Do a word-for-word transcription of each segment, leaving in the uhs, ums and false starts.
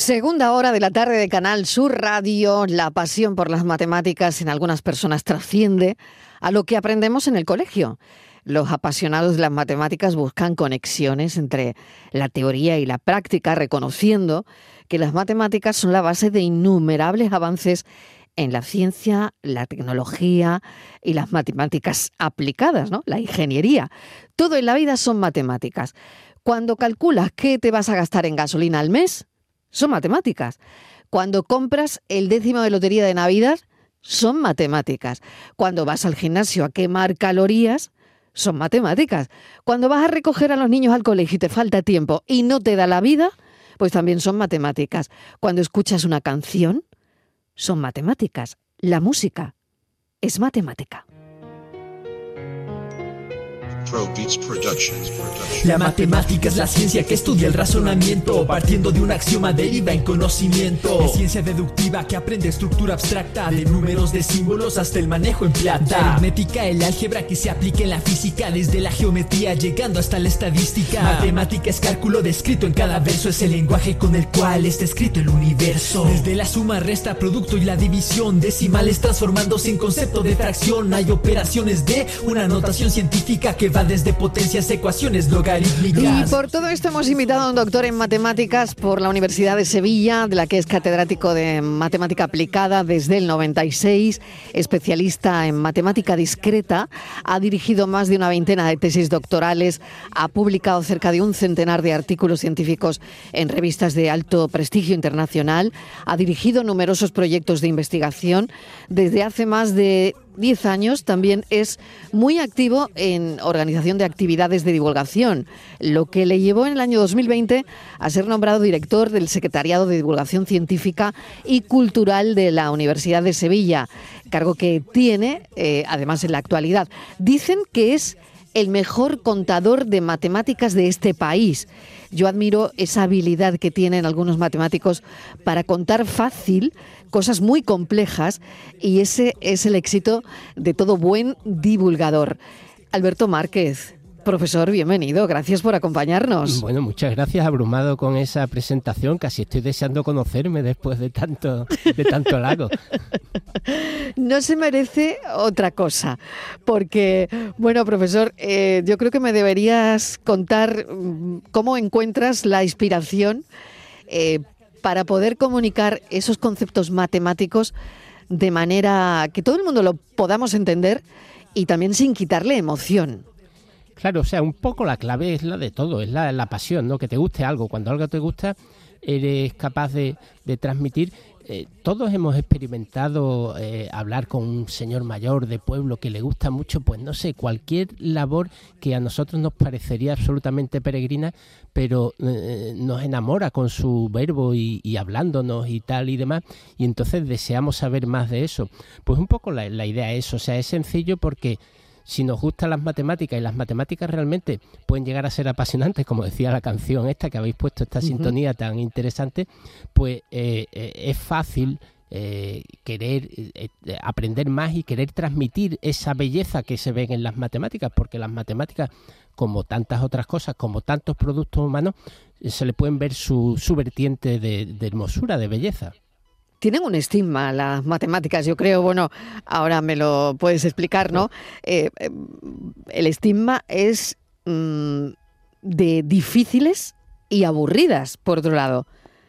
Segunda hora de la tarde de Canal Sur Radio. La pasión por las matemáticas en algunas personas trasciende a lo que aprendemos en el colegio. Los apasionados de las matemáticas buscan conexiones entre la teoría y la práctica, reconociendo que las matemáticas son la base de innumerables avances en la ciencia, la tecnología y las matemáticas aplicadas, ¿no? La ingeniería. Todo en la vida son matemáticas. Cuando calculas qué te vas a gastar en gasolina al mes, son matemáticas. Cuando compras el décimo de lotería de Navidad, son matemáticas. Cuando vas al gimnasio a quemar calorías, son matemáticas. Cuando vas a recoger a los niños al colegio y te falta tiempo y no te da la vida, pues también son matemáticas. Cuando escuchas una canción, son matemáticas. La música es matemática. La matemática es la ciencia que estudia el razonamiento, partiendo de un axioma deriva en conocimiento. Es ciencia deductiva que aprende estructura abstracta, de números, de símbolos hasta el manejo en plata. La aritmética, el álgebra que se aplica en la física, desde la geometría llegando hasta la estadística. Matemática es cálculo descrito en cada verso, es el lenguaje con el cual está escrito el universo. Desde la suma, resta, producto y la división, decimales transformándose en concepto de fracción. Hay operaciones de una notación científica que va desde potencias, ecuaciones logarítmicas. Y por todo esto hemos invitado a un doctor en matemáticas por la Universidad de Sevilla, de la que es catedrático de matemática aplicada desde el noventa y seis, especialista en matemática discreta, ha dirigido más de una veintena de tesis doctorales, ha publicado cerca de un centenar de artículos científicos en revistas de alto prestigio internacional, ha dirigido numerosos proyectos de investigación. Desde hace más de diez años también es muy activo en organización de actividades de divulgación, lo que le llevó en el año dos mil veinte a ser nombrado director del Secretariado de Divulgación Científica y Cultural de la Universidad de Sevilla, cargo que tiene, eh, además, en la actualidad. Dicen que es el mejor contador de matemáticas de este país. Yo admiro esa habilidad que tienen algunos matemáticos para contar fácil cosas muy complejas, y ese es el éxito de todo buen divulgador. Alberto Márquez, profesor, bienvenido, gracias por acompañarnos. Bueno, muchas gracias, abrumado con esa presentación, casi estoy deseando conocerme después de tanto, de tanto halago. No se merece otra cosa, porque, bueno, profesor, eh, yo creo que me deberías contar cómo encuentras la inspiración eh, para poder comunicar esos conceptos matemáticos de manera que todo el mundo lo podamos entender y también sin quitarle emoción. Claro, o sea, un poco la clave es la de todo, es la, la pasión, ¿no? Que te guste algo. Cuando algo te gusta, eres capaz de, de transmitir. Eh, todos hemos experimentado eh, hablar con un señor mayor de pueblo que le gusta mucho, pues no sé, cualquier labor que a nosotros nos parecería absolutamente peregrina, pero eh, nos enamora con su verbo y, y hablándonos y tal y demás, y entonces deseamos saber más de eso. Pues un poco la, la idea es, o sea, es sencillo porque si nos gustan las matemáticas, y las matemáticas realmente pueden llegar a ser apasionantes, como decía la canción esta que habéis puesto, esta uh-huh. sintonía tan interesante, pues eh, eh, es fácil eh, querer eh, aprender más y querer transmitir esa belleza que se ven en las matemáticas, porque las matemáticas, como tantas otras cosas, como tantos productos humanos, eh, se le pueden ver su, su vertiente de, de hermosura, de belleza. Tienen un estigma las matemáticas, yo creo, bueno, ahora me lo puedes explicar, ¿no? Eh, el estigma es mmm, de difíciles y aburridas, por otro lado.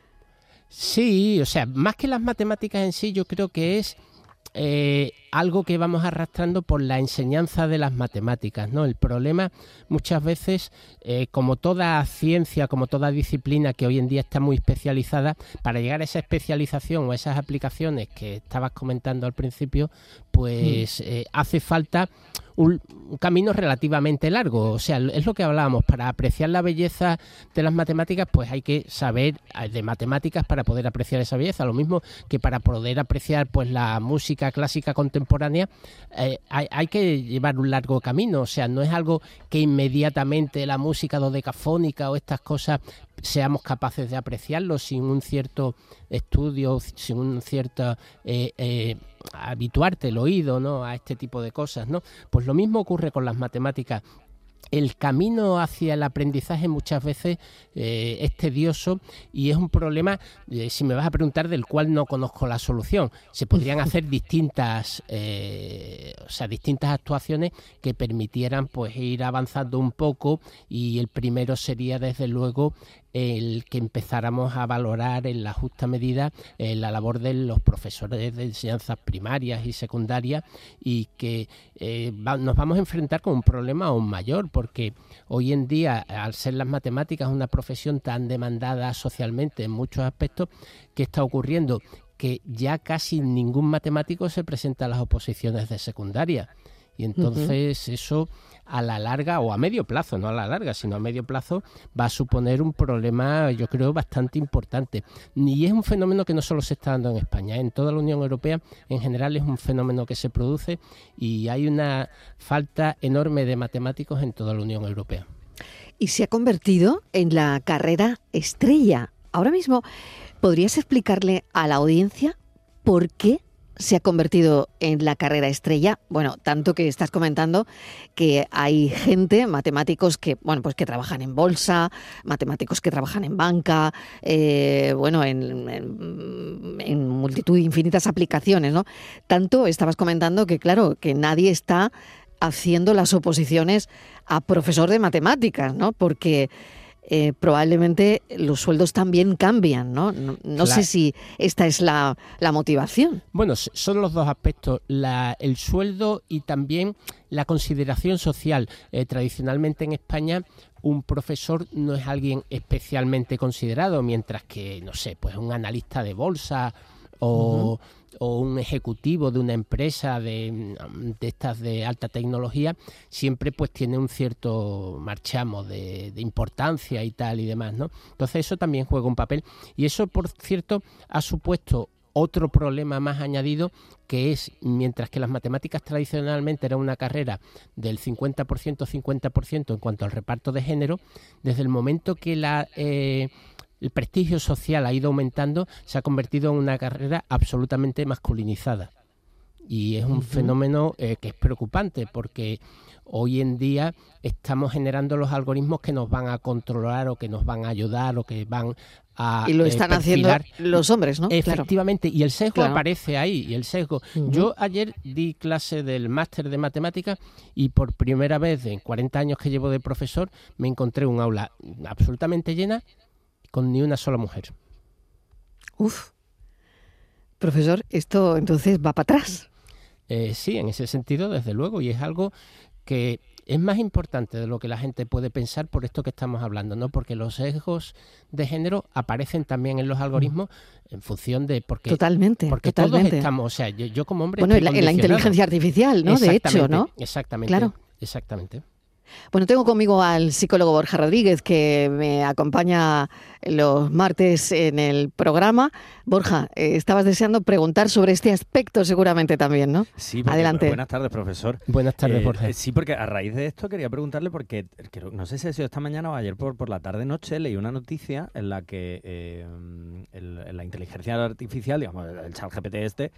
Sí, o sea, más que las matemáticas en sí, yo creo que es eh, algo que vamos arrastrando por la enseñanza de las matemáticas, ¿no? El problema muchas veces, eh, como toda ciencia, como toda disciplina que hoy en día está muy especializada, para llegar a esa especialización o a esas aplicaciones que estabas comentando al principio, pues eh, hace falta un, un camino relativamente largo. O sea, es lo que hablábamos, para apreciar la belleza de las matemáticas, pues hay que saber de matemáticas para poder apreciar esa belleza. Lo mismo que para poder apreciar pues la música clásica contemporánea, eh, hay, hay que llevar un largo camino. O sea, no es algo que inmediatamente la música dodecafónica o estas cosas seamos capaces de apreciarlo sin un cierto estudio, sin un cierto eh, eh, habituarte el oído, ¿no?, a este tipo de cosas, ¿no? Pues lo mismo ocurre con las matemáticas. el camino hacia el aprendizaje muchas veces eh, es tedioso y es un problema, eh, si me vas a preguntar, del cual no conozco la solución. Se podrían hacer distintas, eh, o sea, distintas actuaciones que permitieran pues ir avanzando un poco, y el primero sería desde luego el que empezáramos a valorar en la justa medida eh, la labor de los profesores de enseñanzas primarias y secundarias, y que eh, va, nos vamos a enfrentar con un problema aún mayor, porque hoy en día, al ser las matemáticas una profesión tan demandada socialmente en muchos aspectos, ¿qué está ocurriendo? Que ya casi ningún matemático se presenta a las oposiciones de secundaria. Y entonces uh-huh. eso a la larga, o a medio plazo, no a la larga, sino a medio plazo, va a suponer un problema, yo creo, bastante importante. Y es un fenómeno que no solo se está dando en España, en toda la Unión Europea en general es un fenómeno que se produce, y hay una falta enorme de matemáticos en toda la Unión Europea. Y se ha convertido en la carrera estrella. Ahora mismo, ¿podrías explicarle a la audiencia por qué se ha convertido en la carrera estrella? Bueno, tanto que estás comentando que hay gente, matemáticos que, bueno, pues que trabajan en bolsa, matemáticos que trabajan en banca, eh, bueno, en, en, en multitud de infinitas aplicaciones, ¿no? Tanto estabas comentando que, claro, que nadie está haciendo las oposiciones a profesor de matemáticas, ¿no? Porque Eh, probablemente los sueldos también cambian, ¿no? No, no claro. sé si esta es la, la motivación. Bueno, son los dos aspectos, la, el sueldo y también la consideración social. Eh, tradicionalmente en España un profesor no es alguien especialmente considerado, mientras que, no sé, pues un analista de bolsa o... Uh-huh. o un ejecutivo de una empresa de, de estas de alta tecnología siempre pues tiene un cierto marchamo de, de importancia y tal y demás, ¿no? Entonces eso también juega un papel, y eso, por cierto, ha supuesto otro problema más añadido, que es, mientras que las matemáticas tradicionalmente era una carrera del cincuenta por ciento, cincuenta por ciento en cuanto al reparto de género, desde el momento que la... Eh, el prestigio social ha ido aumentando, se ha convertido en una carrera absolutamente masculinizada. Y es un uh-huh. fenómeno eh, que es preocupante, porque hoy en día estamos generando los algoritmos que nos van a controlar o que nos van a ayudar o que van a Y lo están eh, haciendo los hombres, ¿no? Efectivamente, claro. Y el sesgo claro. aparece ahí, y el sesgo. Uh-huh. Yo ayer di clase del máster de matemáticas y por primera vez en cuarenta años que llevo de profesor me encontré un aula absolutamente llena con ni una sola mujer. Uf. Profesor, esto entonces va para atrás. Eh, sí, en ese sentido, desde luego, y es algo que es más importante de lo que la gente puede pensar por esto que estamos hablando, ¿no? Porque los sesgos de género aparecen también en los algoritmos en función de... Porque, totalmente, porque totalmente. todos estamos, o sea, yo, yo como hombre... Bueno, en la, en la inteligencia artificial, ¿no? De hecho, ¿no? Exactamente, claro. exactamente. Bueno, tengo conmigo al psicólogo Borja Rodríguez, que me acompaña los martes en el programa. Borja, eh, estabas deseando preguntar sobre este aspecto seguramente también, ¿no? Sí, porque, adelante. Buenas tardes, profesor. Buenas tardes, eh, Borja. Sí, porque a raíz de esto quería preguntarle, porque no sé si ha sido esta mañana o ayer por, por la tarde-noche, leí una noticia en la que eh, el, en la inteligencia artificial, digamos, el ChatGPT este,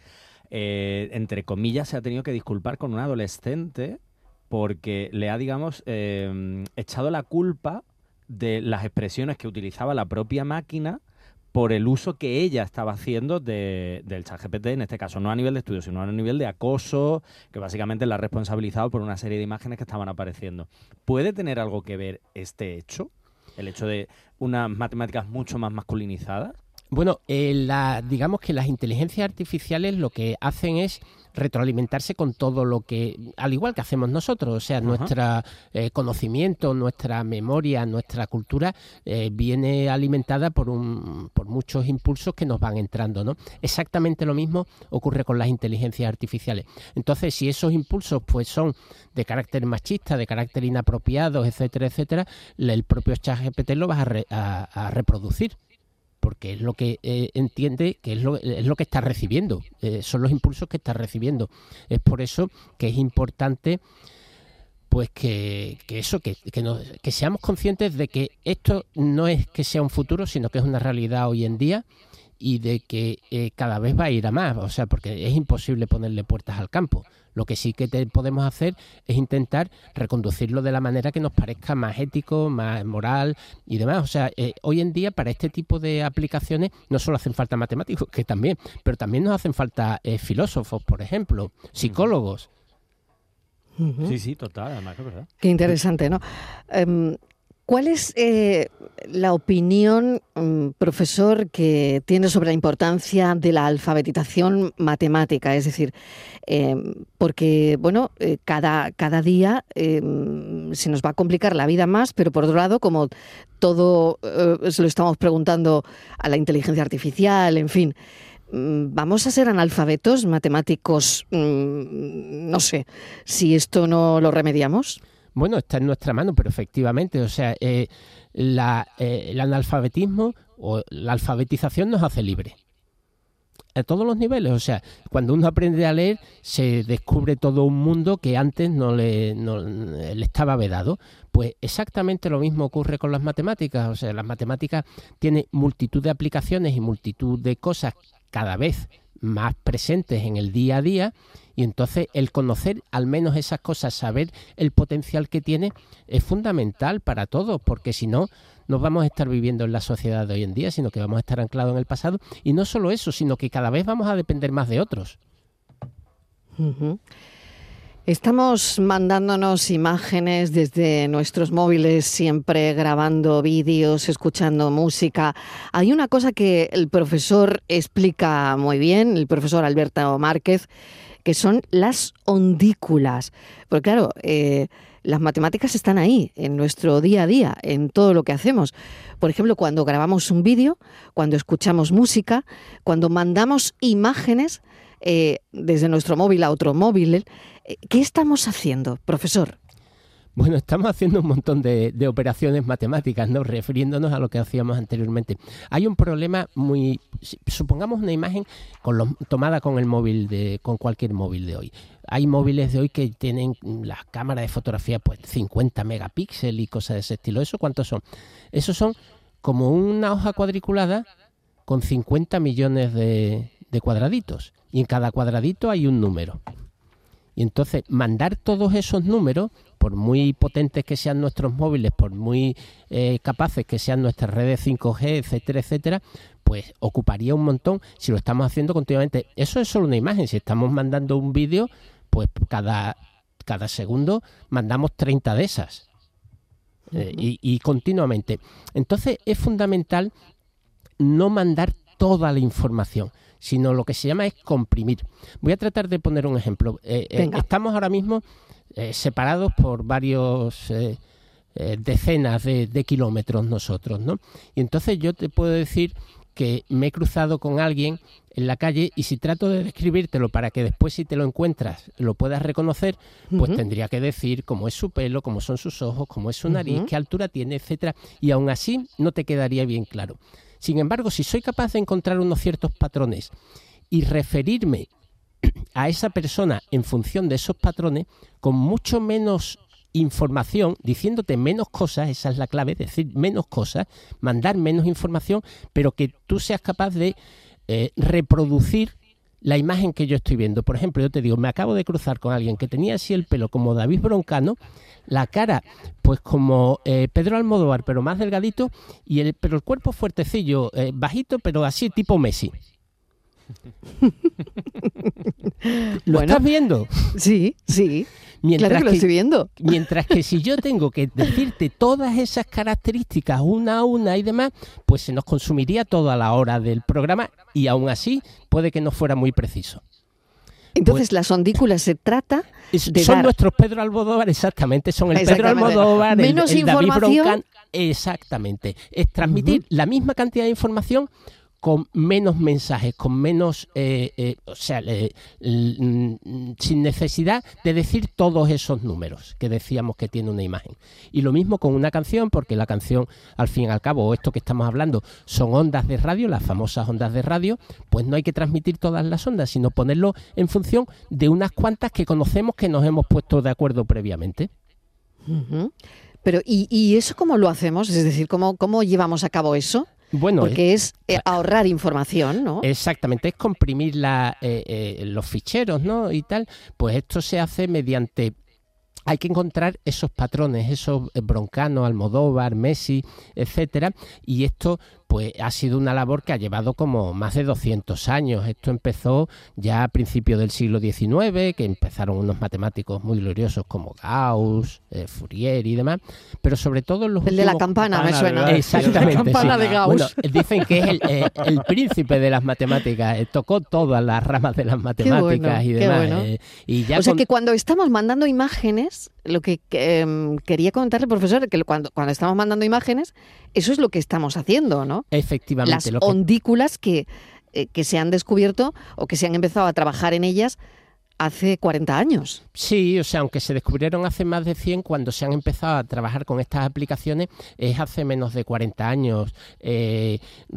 eh, entre comillas, se ha tenido que disculpar con un adolescente porque le ha, digamos, eh, echado la culpa de las expresiones que utilizaba la propia máquina por el uso que ella estaba haciendo de, del ChatGPT, en este caso no a nivel de estudio, sino a nivel de acoso, que básicamente la ha responsabilizado por una serie de imágenes que estaban apareciendo. ¿Puede tener algo que ver este hecho? El hecho de unas matemáticas mucho más masculinizadas. Bueno, eh, la, digamos que las inteligencias artificiales lo que hacen es retroalimentarse con todo lo que, al igual que hacemos nosotros, o sea, uh-huh. nuestro eh, conocimiento, nuestra memoria, nuestra cultura eh, viene alimentada por un por muchos impulsos que nos van entrando, ¿no? Exactamente lo mismo ocurre con las inteligencias artificiales. Entonces, si esos impulsos pues son de carácter machista, de carácter inapropiado, etcétera, etcétera, el propio ChatGPT lo vas a, re, a, a reproducir, porque es lo que eh, entiende que es lo, es lo que está recibiendo, eh, son los impulsos que está recibiendo. Es por eso que es importante pues que, que eso, que, que, nos, que seamos conscientes de que esto no es que sea un futuro, sino que es una realidad hoy en día, y de que eh, cada vez va a ir a más, o sea, porque es imposible ponerle puertas al campo. Lo que sí que te podemos hacer es intentar reconducirlo de la manera que nos parezca más ético, más moral y demás. O sea, eh, hoy en día para este tipo de aplicaciones no solo hacen falta matemáticos, que también, pero también nos hacen falta eh, filósofos, por ejemplo, psicólogos. Uh-huh. Sí, sí, total, además que es verdad. Qué interesante, ¿no? Um, ¿Cuál es eh, la opinión, um, profesor, que tiene sobre la importancia de la alfabetización matemática? Es decir, eh, porque, bueno, eh, cada, cada día eh, se nos va a complicar la vida más, pero por otro lado, como todo eh, se lo estamos preguntando a la inteligencia artificial, en fin, ¿vamos a ser analfabetos matemáticos? No sé, si esto no lo remediamos. Bueno, está en nuestra mano, pero efectivamente, o sea, eh, la, eh, el analfabetismo o la alfabetización nos hace libres. A todos los niveles, o sea, cuando uno aprende a leer se descubre todo un mundo que antes no le, no, le estaba vedado. Pues exactamente lo mismo ocurre con las matemáticas, o sea, las matemáticas tienen multitud de aplicaciones y multitud de cosas cada vez más presentes en el día a día, y entonces el conocer al menos esas cosas, saber el potencial que tiene, es fundamental para todos, porque si no, no vamos a estar viviendo en la sociedad de hoy en día, sino que vamos a estar anclados en el pasado, y no solo eso, sino que cada vez vamos a depender más de otros. Uh-huh. Estamos mandándonos imágenes desde nuestros móviles, siempre grabando vídeos, escuchando música. Hay una cosa que el profesor explica muy bien, el profesor Alberto Márquez, que son las ondículas. Porque claro, eh, las matemáticas están ahí, en nuestro día a día, en todo lo que hacemos. Por ejemplo, cuando grabamos un vídeo, cuando escuchamos música, cuando mandamos imágenes eh, desde nuestro móvil a otro móvil. ¿Qué estamos haciendo, profesor? Bueno, estamos haciendo un montón de, de operaciones matemáticas, ¿no? Refiriéndonos a lo que hacíamos anteriormente. Hay un problema muy... Supongamos una imagen con los, tomada con el móvil, de, con cualquier móvil de hoy. Hay móviles de hoy que tienen las cámaras de fotografía, pues cincuenta megapíxeles y cosas de ese estilo. ¿Eso cuántos son? Esos son como una hoja cuadriculada con cincuenta millones de, de cuadraditos. Y en cada cuadradito hay un número. Y entonces mandar todos esos números, por muy potentes que sean nuestros móviles, por muy eh, capaces que sean nuestras redes cinco G, etcétera, etcétera, pues ocuparía un montón si lo estamos haciendo continuamente. Eso es solo una imagen. Si estamos mandando un vídeo, pues cada, cada segundo mandamos treinta de esas. Eh, y, y continuamente. Entonces es fundamental no mandar toda la información, sino lo que se llama es comprimir. Voy a tratar de poner un ejemplo. Eh, eh, estamos ahora mismo eh, separados por varios eh, eh, decenas de, de kilómetros nosotros, ¿no? Y entonces yo te puedo decir que me he cruzado con alguien en la calle y si trato de describírtelo para que después si te lo encuentras lo puedas reconocer, pues uh-huh. tendría que decir cómo es su pelo, cómo son sus ojos, cómo es su nariz, uh-huh. qué altura tiene, etcétera. Y aún así no te quedaría bien claro. Sin embargo, si soy capaz de encontrar unos ciertos patrones y referirme a esa persona en función de esos patrones, con mucho menos información, diciéndote menos cosas, esa es la clave, decir menos cosas, mandar menos información, pero que tú seas capaz de eh, reproducir la imagen que yo estoy viendo. Por ejemplo, yo te digo, me acabo de cruzar con alguien que tenía así el pelo como David Broncano, la cara pues como eh, Pedro Almodóvar, pero más delgadito, y el, pero el cuerpo fuertecillo, eh, bajito, pero así tipo Messi. ¿Lo bueno, estás viendo? Sí, sí. Mientras claro que, que lo estoy viendo. Mientras que si yo tengo que decirte todas esas características una a una y demás, pues se nos consumiría toda la hora del programa y aún así puede que no fuera muy preciso. Entonces, pues, las ondículas se trata de son dar... nuestros Pedro Almodóvar, exactamente, son el Pedro Almodóvar, menos el, el David Broncano, exactamente. Es transmitir uh-huh. la misma cantidad de información con menos mensajes, con menos, eh, eh, o sea, eh, l- l- sin necesidad de decir todos esos números que decíamos que tiene una imagen. Y lo mismo con una canción, porque la canción, al fin y al cabo, o esto que estamos hablando, son ondas de radio, las famosas ondas de radio, pues no hay que transmitir todas las ondas, sino ponerlo en función de unas cuantas que conocemos que nos hemos puesto de acuerdo previamente. Uh-huh. Pero, ¿y, y eso cómo lo hacemos? Es decir, ¿cómo, cómo llevamos a cabo eso? Bueno, porque es, es eh, ahorrar información, ¿no? Exactamente, es comprimir la, eh, eh, los ficheros, ¿no? Y tal, pues esto se hace mediante... Hay que encontrar esos patrones, esos Broncano, Almodóvar, Messi, etcétera, y esto pues ha sido una labor que ha llevado como más de doscientos años. Esto empezó ya a principios del siglo diecinueve, que empezaron unos matemáticos muy gloriosos como Gauss, eh, Fourier y demás, pero sobre todo los El últimos... de la campana, campana me suena. Exactamente, la campana sí. de Gauss. Bueno, dicen que es el, eh, el príncipe de las matemáticas, eh, tocó todas las ramas de las matemáticas bueno, y demás. Bueno. Eh, y ya o sea con... que cuando estamos mandando imágenes, lo que eh, quería comentarle, profesor, que cuando, cuando estamos mandando imágenes, eso es lo que estamos haciendo, ¿no? Efectivamente. Las lo que... ondículas que, eh, que se han descubierto o que se han empezado a trabajar en ellas hace cuarenta años. Sí, o sea, aunque se descubrieron hace más de cien, cuando se han empezado a trabajar con estas aplicaciones es hace menos de cuarenta años. Eh,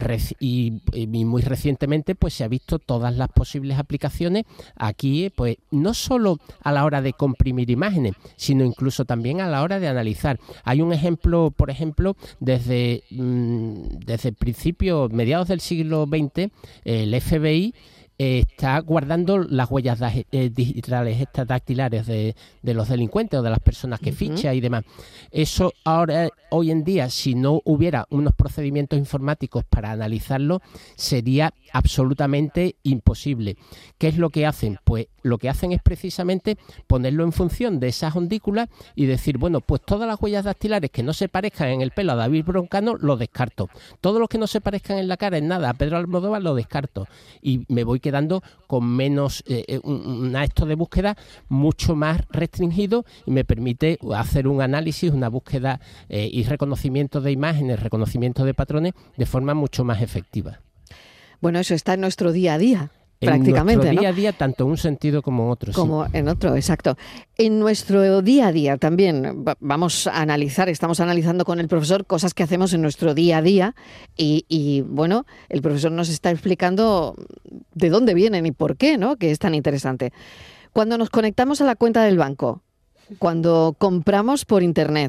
y, y muy recientemente pues se ha visto todas las posibles aplicaciones aquí, pues no solo a la hora de comprimir imágenes, sino incluso también a la hora de analizar. Hay un ejemplo, por ejemplo, desde, mmm, desde principios, mediados del siglo veinte, el F B I Eh, está guardando las huellas da, eh, digitales, estas dactilares de, de los delincuentes o de las personas que uh-huh. ficha y demás. Eso ahora, hoy en día, si no hubiera unos procedimientos informáticos para analizarlo, sería absolutamente imposible. ¿Qué es lo que hacen? Pues lo que hacen es precisamente ponerlo en función de esas ondículas y decir, bueno, pues todas las huellas dactilares que no se parezcan en el pelo a David Broncano, lo descarto. Todos los que no se parezcan en la cara, en nada, a Pedro Almodóvar, lo descarto. Y me voy quedando con menos, eh, un, un acto de búsqueda mucho más restringido y me permite hacer un análisis, una búsqueda eh, y reconocimiento de imágenes, reconocimiento de patrones de forma mucho más efectiva. Bueno, eso está en nuestro día a día. En Prácticamente, nuestro día ¿no? a día, tanto en un sentido como en otro. Como sí. en otro, exacto. En nuestro día a día también vamos a analizar, estamos analizando con el profesor cosas que hacemos en nuestro día a día y, y bueno, el profesor nos está explicando de dónde vienen y por qué, ¿no? Que es tan interesante. Cuando nos conectamos a la cuenta del banco, cuando compramos por internet,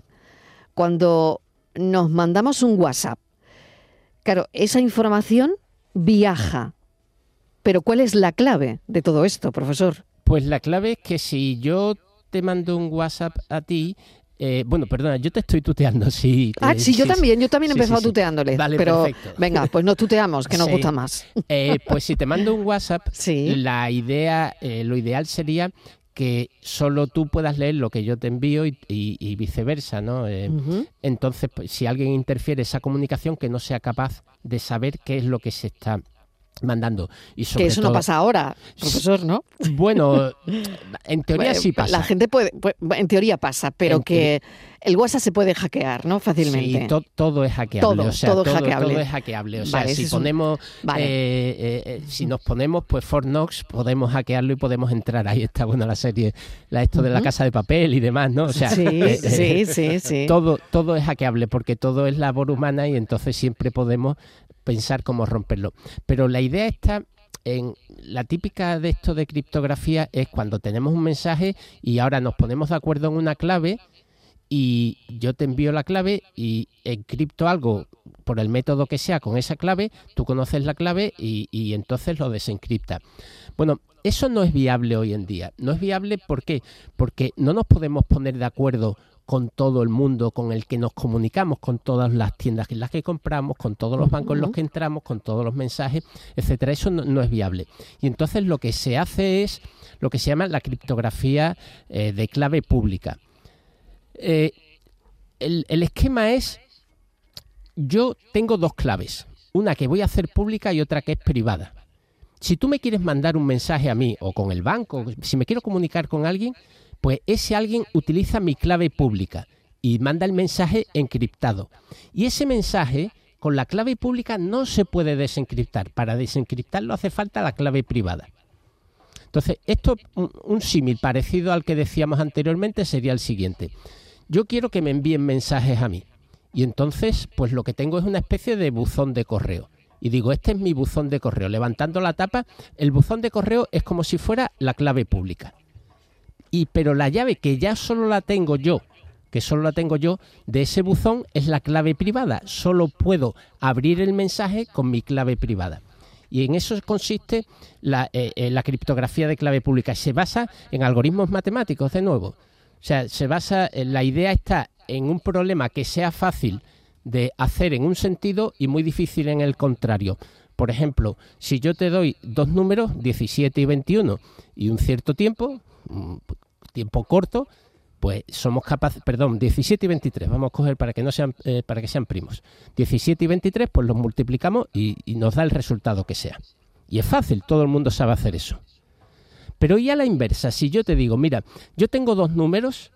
cuando nos mandamos un WhatsApp, claro, esa información viaja. Pero ¿cuál es la clave de todo esto, profesor? Pues la clave es que si yo te mando un WhatsApp a ti, eh, bueno, perdona, yo te estoy tuteando, sí. Ah, eh, sí, yo sí, también, yo también he sí, empezado sí, sí. tuteándole. Vale, pero perfecto. Venga, pues nos tuteamos, que nos sí. gusta más. Eh, pues si te mando un WhatsApp, sí. la idea, eh, lo ideal sería que solo tú puedas leer lo que yo te envío y, y, y viceversa, ¿no? Eh, uh-huh. Entonces, pues, si alguien interfiere esa comunicación, que no sea capaz de saber qué es lo que se está mandando. Y sobre que eso todo, no pasa ahora, profesor, ¿no? Bueno, en teoría sí pasa. La gente puede, puede en teoría pasa, pero en que el WhatsApp se puede hackear, ¿no? Fácilmente. Sí, to, todo es hackeable. Todo, o sea, todo, todo, hackeable. todo es hackeable. O sea, vale, si es un... ponemos, vale. eh, eh, eh, si nos ponemos, pues Fort Knox, podemos hackearlo y podemos entrar. Ahí está, bueno, la serie, la esto de la Casa de Papel y demás, ¿no? O sea, sí, eh, sí, sí, sí. Todo, todo es hackeable porque todo es labor humana y entonces siempre podemos pensar cómo romperlo. Pero la idea está en la típica de esto de criptografía es cuando tenemos un mensaje y ahora nos ponemos de acuerdo en una clave y yo te envío la clave y encripto algo por el método que sea con esa clave, tú conoces la clave y, y entonces lo desencriptas. Bueno, eso no es viable hoy en día. No es viable ¿por qué? Porque no nos podemos poner de acuerdo con todo el mundo con el que nos comunicamos, con todas las tiendas en las que compramos, con todos los bancos en los que entramos, con todos los mensajes, etcétera. Eso no, no es viable. Y entonces lo que se hace es lo que se llama la criptografía eh, de clave pública. Eh, el, el esquema es, yo tengo dos claves, una que voy a hacer pública y otra que es privada. Si tú me quieres mandar un mensaje a mí o con el banco, si me quiero comunicar con alguien, pues ese alguien utiliza mi clave pública y manda el mensaje encriptado. Y ese mensaje con la clave pública no se puede desencriptar. Para desencriptarlo hace falta la clave privada. Entonces, esto, un, un símil parecido al que decíamos anteriormente sería el siguiente. Yo quiero que me envíen mensajes a mí. Y entonces, pues lo que tengo es una especie de buzón de correo. Y digo, este es mi buzón de correo. Levantando la tapa, el buzón de correo es como si fuera la clave pública. Y, pero la llave que ya solo la tengo yo que solo la tengo yo, de ese buzón es la clave privada. Solo puedo abrir el mensaje con mi clave privada. Y en eso consiste la, eh, eh, la criptografía de clave pública. Se basa en algoritmos matemáticos, de nuevo. O sea, se basa, en, la idea está en un problema que sea fácil de hacer en un sentido y muy difícil en el contrario. Por ejemplo, si yo te doy dos números, diecisiete y veintiuno, y un cierto tiempo, un tiempo corto, pues somos capaces, perdón, diecisiete y veintitrés, vamos a coger para que no sean eh, para que sean primos. diecisiete y veintitrés, pues los multiplicamos y, y nos da el resultado que sea. Y es fácil, todo el mundo sabe hacer eso. Pero y a la inversa, si yo te digo, mira, yo tengo dos números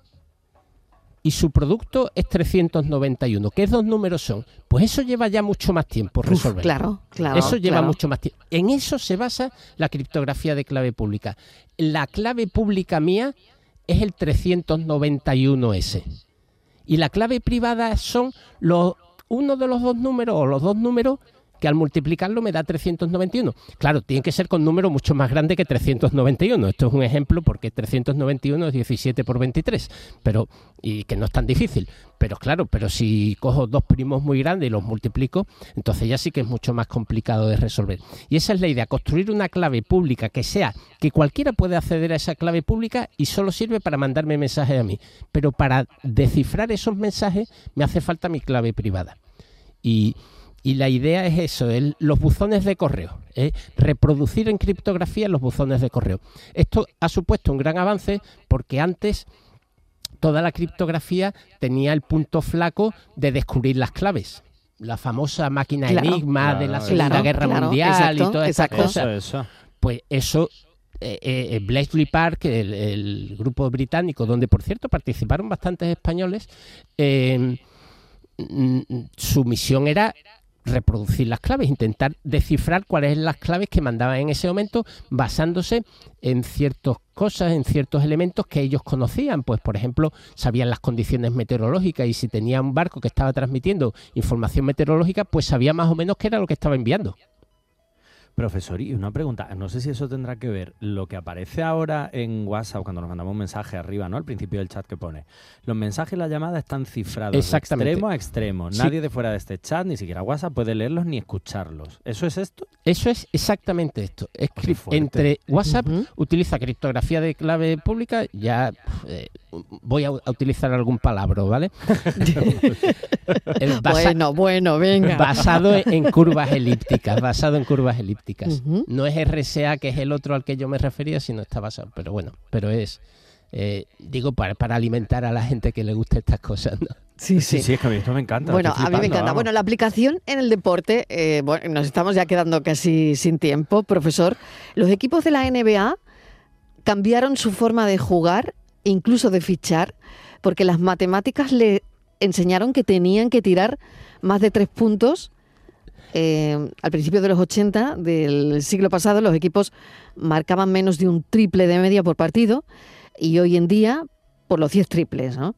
y su producto es trescientos noventa y uno, ¿qué dos números son? Pues eso lleva ya mucho más tiempo resolver. Uf, claro, claro. Eso lleva claro. mucho más tiempo. En eso se basa la criptografía de clave pública. La clave pública mía es el trescientos noventa y uno ese. Y la clave privada son los uno de los dos números o los dos números que al multiplicarlo me da trescientos noventa y uno. Claro, tiene que ser con números mucho más grandes que trescientos noventa y uno. Esto es un ejemplo porque trescientos noventa y uno es diecisiete por veintitrés, pero y que no es tan difícil. Pero claro, pero si cojo dos primos muy grandes y los multiplico, entonces ya sí que es mucho más complicado de resolver. Y esa es la idea, construir una clave pública que sea, que cualquiera puede acceder a esa clave pública y solo sirve para mandarme mensajes a mí. Pero para descifrar esos mensajes me hace falta mi clave privada. Y... Y la idea es eso, el, los buzones de correo, ¿eh? reproducir en criptografía los buzones de correo. Esto ha supuesto un gran avance porque antes toda la criptografía tenía el punto flaco de descubrir las claves. La famosa máquina claro, Enigma claro, de la claro, Segunda claro, Guerra claro, Mundial exacto, y todas estas exacto. cosas. Eso, eso. Pues eso, eh, eh, Bletchley Park, el, el grupo británico, donde por cierto participaron bastantes españoles, eh, su misión era reproducir las claves, intentar descifrar cuáles eran las claves que mandaban en ese momento basándose en ciertas cosas, en ciertos elementos que ellos conocían. Pues, por ejemplo, sabían las condiciones meteorológicas y si tenía un barco que estaba transmitiendo información meteorológica, pues sabía más o menos qué era lo que estaba enviando. Profesor, y una pregunta, no sé si eso tendrá que ver, lo que aparece ahora en WhatsApp cuando nos mandamos un mensaje arriba, ¿no? Al principio del chat que pone, los mensajes y las llamadas están cifrados de extremo a extremo, Sí. nadie de fuera de este chat, ni siquiera WhatsApp, puede leerlos ni escucharlos. ¿Eso es esto? Eso es exactamente esto. Es Qué cri- fuerte. entre WhatsApp Ujú. utiliza criptografía de clave pública, ya eh, voy a, a utilizar algún palabra, ¿vale? El basa- Bueno, bueno, venga. Basado en curvas elípticas, basado en curvas elípticas. Ujú. No es R S A, que es el otro al que yo me refería, sino está basado. Pero bueno, pero es, eh, digo, para, para alimentar a la gente que le gusta estas cosas, ¿no? Sí, sí. es que a mí esto me encanta. Bueno, estoy a mí me flipando, encanta. vamos. Bueno, la aplicación en el deporte, eh, bueno, nos estamos ya quedando casi sin tiempo, profesor. Los equipos de la N B A cambiaron su forma de jugar, incluso de fichar, porque las matemáticas le enseñaron que tenían que tirar más de tres puntos. Eh, al principio de los ochenta del siglo pasado, los equipos marcaban menos de un triple de media por partido y hoy en día por los diez triples, ¿no?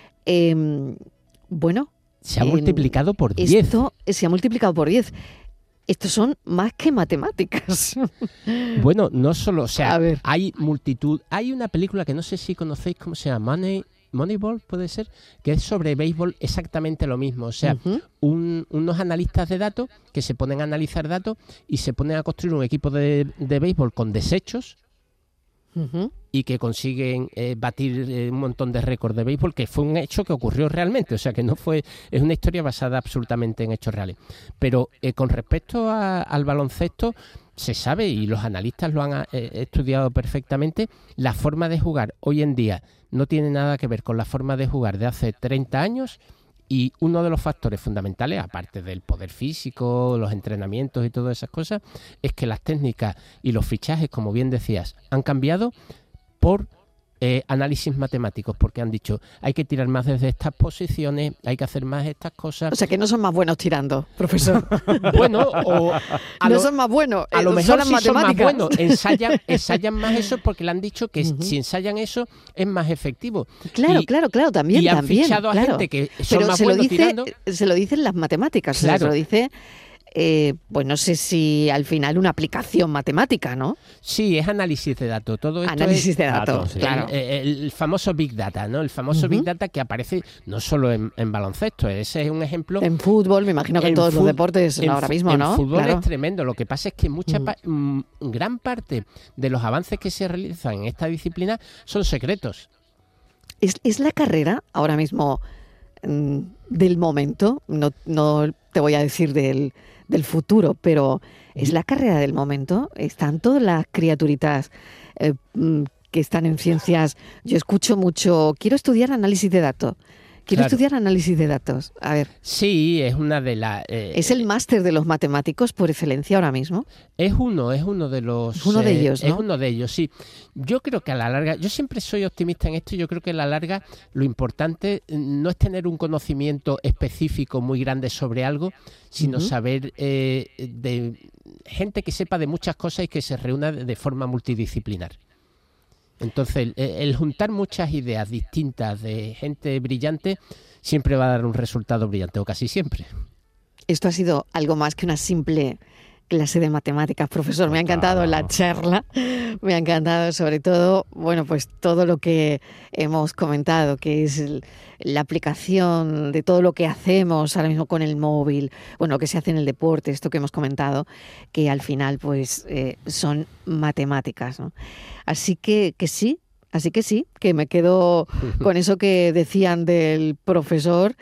Eh, bueno, Se ha Eh, multiplicado por diez. esto se ha multiplicado por diez. Estos son más que matemáticas. Bueno, no solo, o sea, A ver. hay multitud. Hay una película que no sé si conocéis, ¿cómo se llama? Money, Moneyball, puede ser, que es sobre béisbol, exactamente lo mismo. O sea, Ujú. un- unos analistas de datos que se ponen a analizar datos y se ponen a construir un equipo de, de béisbol con desechos Ujú. y que consiguen eh, batir eh, un montón de récords de béisbol, que fue un hecho que ocurrió realmente, o sea que no fue, es una historia basada absolutamente en hechos reales. Pero eh, con respecto a- al baloncesto, se sabe, y los analistas lo han eh, estudiado perfectamente, la forma de jugar hoy en día no tiene nada que ver con la forma de jugar de hace treinta años, y uno de los factores fundamentales, aparte del poder físico, los entrenamientos y todas esas cosas, es que las técnicas y los fichajes, como bien decías, han cambiado por eh, análisis matemáticos, porque han dicho, hay que tirar más desde estas posiciones, hay que hacer más estas cosas. O sea que no son más buenos tirando, profesor. Bueno, o a no lo, son más buenos. a lo eh, mejor son sí las son más matemáticas. buenos, ensayan, ensayan más eso porque le han dicho que Ujú. si ensayan eso es más efectivo. Claro, Y- claro, claro, también, y han también. fichado a claro. gente que son Pero más se lo buenos dice, tirando. se lo dicen las matemáticas, o sea, Claro. se lo dice eh, pues no sé si al final una aplicación matemática, ¿no? Sí, es análisis de datos. Todo esto análisis es de datos, datos sí. claro. El, el, el famoso Big Data, ¿no? El famoso uh-huh. Big Data que aparece no solo en, en baloncesto, ese es un ejemplo. En fútbol, me imagino que en, en todos fut- los deportes en, ahora mismo, en ¿no? En fútbol claro. es tremendo. Lo que pasa es que mucha uh-huh. pa- m- gran parte de los avances que se realizan en esta disciplina son secretos. ¿Es, es la carrera ahora mismo mmm, del momento? No, no te voy a decir del, del futuro, pero ¿es la carrera del momento? ¿Están todas las criaturitas eh, que están en ciencias? Yo escucho mucho, quiero estudiar análisis de datos. Quiero claro. estudiar análisis de datos. A ver. Sí, es una de las... Eh, ¿Es el máster de los matemáticos por excelencia ahora mismo? Es uno, es uno de los... Es uno de ellos, ¿no? Es uno de ellos, sí. Yo creo que a la larga... Yo siempre soy optimista en esto y yo creo que a la larga lo importante no es tener un conocimiento específico muy grande sobre algo, sino uh-huh. saber eh, de gente que sepa de muchas cosas y que se reúna de forma multidisciplinar. Entonces, el, el juntar muchas ideas distintas de gente brillante siempre va a dar un resultado brillante, o casi siempre. Esto ha sido algo más que una simple clase de matemáticas, profesor. Me ha encantado claro. la charla, me ha encantado sobre todo, bueno, pues todo lo que hemos comentado, que es el, la aplicación de todo lo que hacemos ahora mismo con el móvil, bueno, lo que se hace en el deporte, esto que hemos comentado, que al final pues eh, son matemáticas, ¿no? Así que, que sí, así que sí, que me quedo con eso que decían del profesor,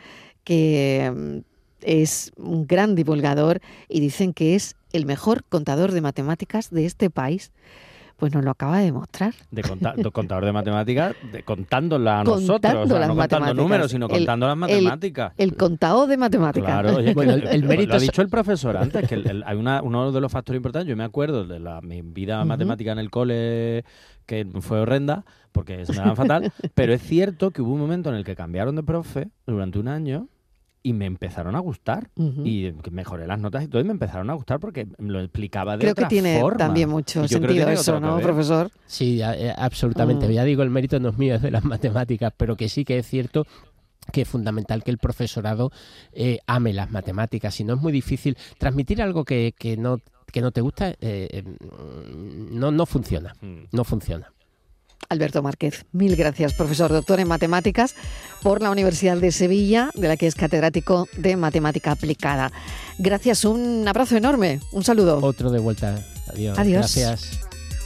que es un gran divulgador y dicen que es el mejor contador de matemáticas de este país. Pues nos lo acaba de demostrar. De, conta- de contador de matemáticas, de contándola a nosotros, contando o sea, las no contando números, sino el, contando las matemáticas. El, el contador de matemáticas. Claro, oye, bueno, el, el mérito lo ha dicho el profesor antes, que el, el, hay una, uno de los factores importantes. Yo me acuerdo de la, mi vida uh-huh. matemática en el cole, que fue horrenda, porque se me daba fatal, pero es cierto que hubo un momento en el que cambiaron de profe durante un año y me empezaron a gustar uh-huh. y mejoré las notas y todo y me empezaron a gustar porque lo explicaba de Creo otra que tiene forma. También mucho sentido eso, ¿no, profesor? Sí, absolutamente. Uh-huh. Ya digo, el mérito no es mío, es de las matemáticas, pero que sí que es cierto que es fundamental que el profesorado eh, ame las matemáticas. Si no, es muy difícil transmitir algo que, que, no, que no te gusta, eh, eh, no, no funciona, uh-huh. no funciona. Alberto Márquez, mil gracias, profesor doctor en matemáticas por la Universidad de Sevilla, de la que es catedrático de matemática aplicada. Gracias, un abrazo enorme, un saludo. Otro de vuelta. Adiós. Adiós. Gracias.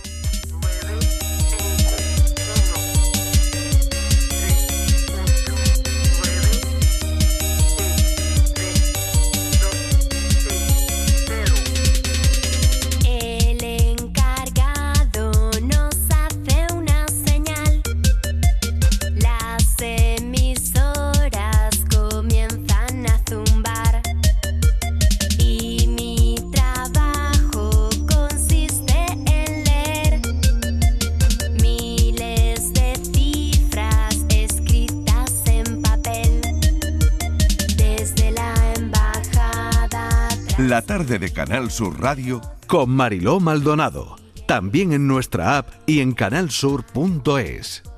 La tarde de Canal Sur Radio con Mariló Maldonado. También en nuestra app y en canal sur punto es.